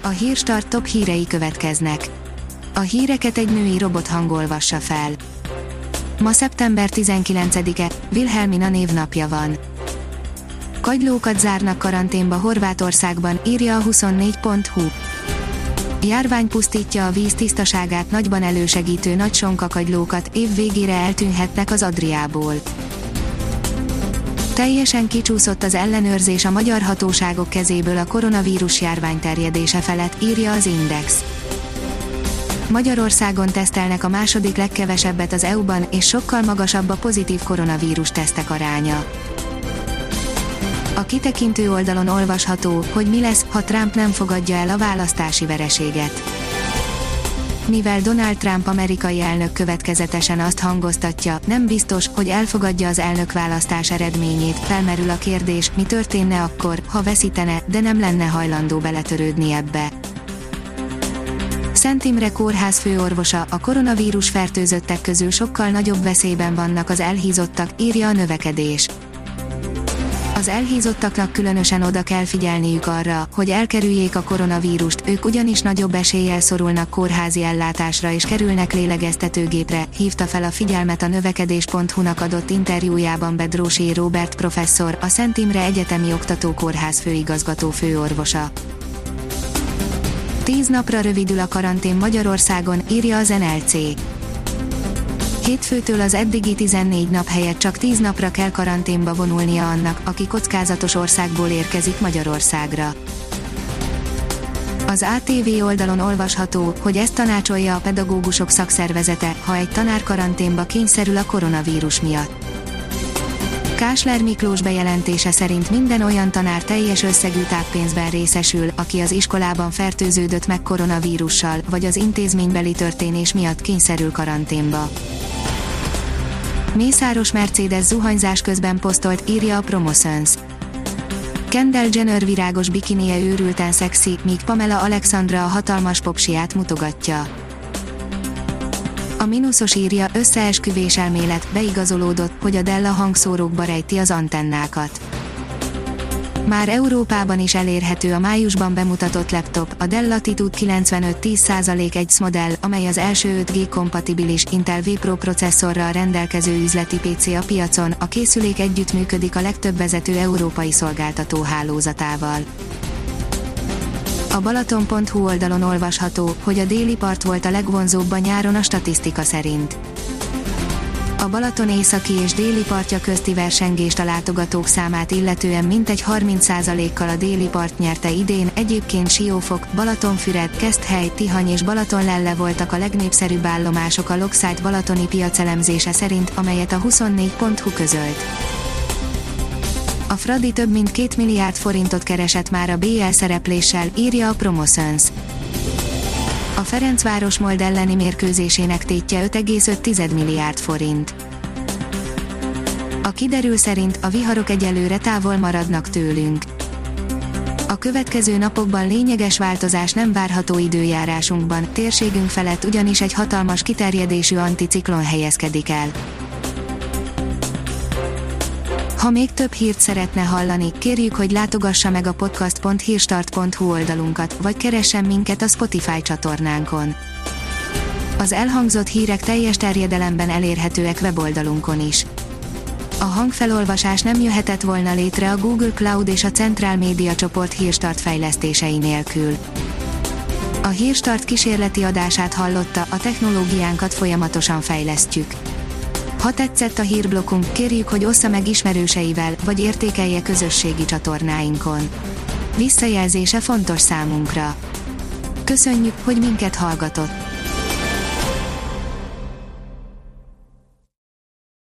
A Hírstart top hírei következnek. A híreket egy női robothang olvassa fel. Ma szeptember 19-e, Wilhelmina névnapja van. Kagylókat zárnak karanténba Horvátországban, írja a 24.hu. Járvány pusztítja a víz tisztaságát nagyban elősegítő nagy sonkakagylókat, év végére eltűnhetnek az Adriából. Teljesen kicsúszott az ellenőrzés a magyar hatóságok kezéből a koronavírus járvány terjedése felett, írja az Index. Magyarországon tesztelnek a második legkevesebbet az EU-ban, és sokkal magasabb a pozitív koronavírus tesztek aránya. A kitekintő oldalon olvasható, hogy mi lesz, ha Trump nem fogadja el a választási vereséget. Mivel Donald Trump amerikai elnök következetesen azt hangoztatja, nem biztos, hogy elfogadja az elnökválasztás eredményét, felmerül a kérdés, mi történne akkor, ha veszítene, de nem lenne hajlandó beletörődni ebbe. Szent Imre kórház főorvosa: a koronavírus fertőzöttek közül sokkal nagyobb veszélyben vannak az elhízottak, írja a Növekedés. Az elhízottaknak különösen oda kell figyelniük arra, hogy elkerüljék a koronavírust, ők ugyanis nagyobb eséllyel szorulnak kórházi ellátásra és kerülnek lélegeztetőgépre, hívta fel a figyelmet a növekedés.hu-nak adott interjújában Bedróssy Róbert professzor, a Szent Imre Egyetemi Oktatókórház főigazgató főorvosa. 10 napra rövidül a karantén Magyarországon, írja az NLC. Hétfőtől az eddigi 14 nap helyett csak 10 napra kell karanténba vonulnia annak, aki kockázatos országból érkezik Magyarországra. Az ATV oldalon olvasható, hogy ezt tanácsolja a pedagógusok szakszervezete, ha egy tanár karanténba kényszerül a koronavírus miatt. Kásler Miklós bejelentése szerint minden olyan tanár teljes összegű táppénzben részesül, aki az iskolában fertőződött meg koronavírussal, vagy az intézménybeli történés miatt kényszerül karanténba. Mészáros Mercedes zuhanyzás közben posztolt, írja a Promoszöns. Kendall Jenner virágos bikinie őrülten szexi, míg Pamela Alexandra a hatalmas popsiát mutogatja. A Minusos írja, összeesküvés elmélet, beigazolódott, hogy a Dell a hangszórókba rejti az antennákat. Már Európában is elérhető a májusban bemutatott laptop, a Dell Latitude 9510% modell, amely az első 5G-kompatibilis Intel vPro processzorral rendelkező üzleti PC a piacon, a készülék együttműködik a legtöbb vezető európai szolgáltató hálózatával. A Balaton.hu oldalon olvasható, hogy a déli part volt a legvonzóbb a nyáron a statisztika szerint. A Balaton északi és déli partja közti versengést a látogatók számát illetően mintegy 30%-kal a déli part nyerte idén, egyébként Siófok, Balatonfüred, Keszthely, Tihany és Balatonlelle voltak a legnépszerűbb állomások a Logsight balatoni piacelemzése szerint, amelyet a 24.hu közölt. A Fradi több mint 2 milliárd forintot keresett már a BL szerepléssel, írja a Promoszöns. A Ferencváros Mold elleni mérkőzésének tétje 5,5 milliárd forint. A kiderül szerint a Viharok egyelőre távol maradnak tőlünk. A következő napokban lényeges változás nem várható időjárásunkban, térségünk felett ugyanis egy hatalmas kiterjedésű anticiklon helyezkedik el. Ha még több hírt szeretne hallani, kérjük, hogy látogassa meg a podcast.hírstart.hu oldalunkat, vagy keressen minket a Spotify csatornánkon. Az elhangzott hírek teljes terjedelemben elérhetőek weboldalunkon is. A hangfelolvasás nem jöhetett volna létre a Google Cloud és a Central Media csoport Hírstart fejlesztései nélkül. A Hírstart kísérleti adását hallotta, a technológiánkat folyamatosan fejlesztjük. Ha tetszett a hírblokkunk, kérjük, hogy ossza meg ismerőseivel, vagy értékelje közösségi csatornáinkon. Visszajelzése fontos számunkra. Köszönjük, hogy minket hallgatott!